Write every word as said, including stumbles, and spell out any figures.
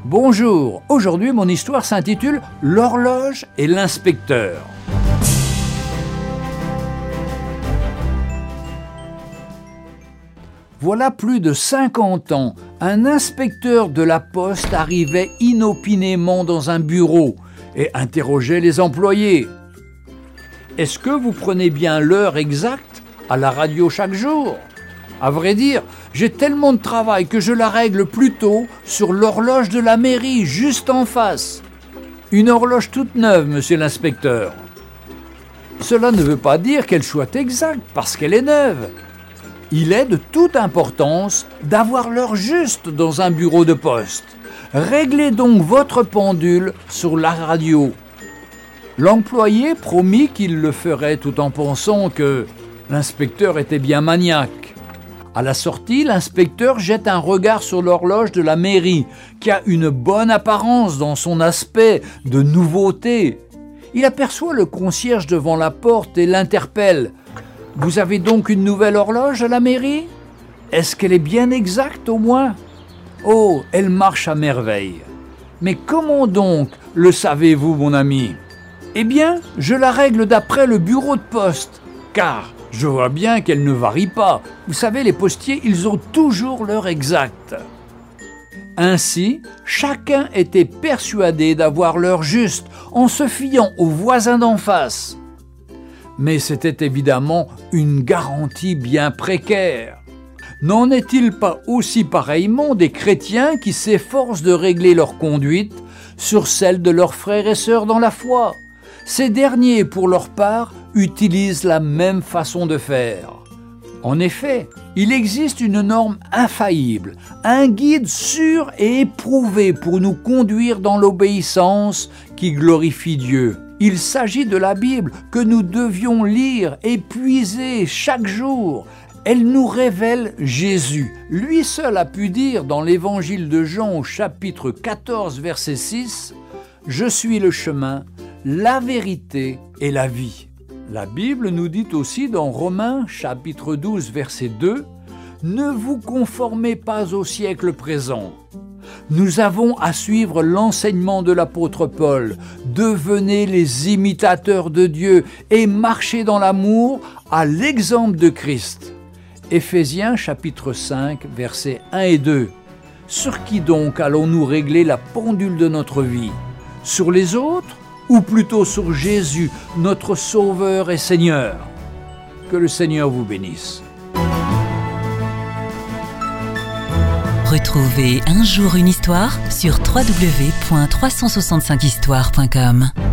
Bonjour, aujourd'hui mon histoire s'intitule « L'horloge et l'inspecteur ». Voilà plus de cinquante ans, un inspecteur de la poste arrivait inopinément dans un bureau et interrogeait les employés. « Est-ce que vous prenez bien l'heure exacte à la radio chaque jour ? À vrai dire, j'ai tellement de travail que je la règle plutôt sur l'horloge de la mairie, juste en face. Une horloge toute neuve, monsieur l'inspecteur. Cela ne veut pas dire qu'elle soit exacte, parce qu'elle est neuve. Il est de toute importance d'avoir l'heure juste dans un bureau de poste. Réglez donc votre pendule sur la radio. » L'employé promit qu'il le ferait tout en pensant que l'inspecteur était bien maniaque. À la sortie, l'inspecteur jette un regard sur l'horloge de la mairie, qui a une bonne apparence dans son aspect de nouveauté. Il aperçoit le concierge devant la porte et l'interpelle. « Vous avez donc une nouvelle horloge à la mairie ? Est-ce qu'elle est bien exacte au moins ? » « Oh, elle marche à merveille. Mais comment donc le savez-vous, mon ami ? Eh bien, je la règle d'après le bureau de poste, car je vois bien qu'elle ne varie pas. Vous savez, les postiers, ils ont toujours l'heure exacte. » Ainsi, chacun était persuadé d'avoir l'heure juste en se fiant aux voisins d'en face. Mais c'était évidemment une garantie bien précaire. N'en est-il pas aussi pareillement des chrétiens qui s'efforcent de régler leur conduite sur celle de leurs frères et sœurs dans la foi ? Ces derniers, pour leur part, utilisent la même façon de faire. En effet, il existe une norme infaillible, un guide sûr et éprouvé pour nous conduire dans l'obéissance qui glorifie Dieu. Il s'agit de la Bible que nous devions lire et puiser chaque jour. Elle nous révèle Jésus. Lui seul a pu dire dans l'évangile de Jean au chapitre quatorze, verset six, « Je suis le chemin, la vérité et la vie. » La Bible nous dit aussi dans Romains chapitre douze, verset deux, « Ne vous conformez pas au siècle présent. » Nous avons à suivre l'enseignement de l'apôtre Paul. Devenez les imitateurs de Dieu et marchez dans l'amour à l'exemple de Christ. Éphésiens chapitre cinq, versets un et deux. Sur qui donc allons-nous régler la pendule de notre vie ? Sur les autres ou plutôt sur Jésus, notre Sauveur et Seigneur ? Que le Seigneur vous bénisse. Retrouvez Un jour une histoire sur w w w point trois cent soixante-cinq histoire point com.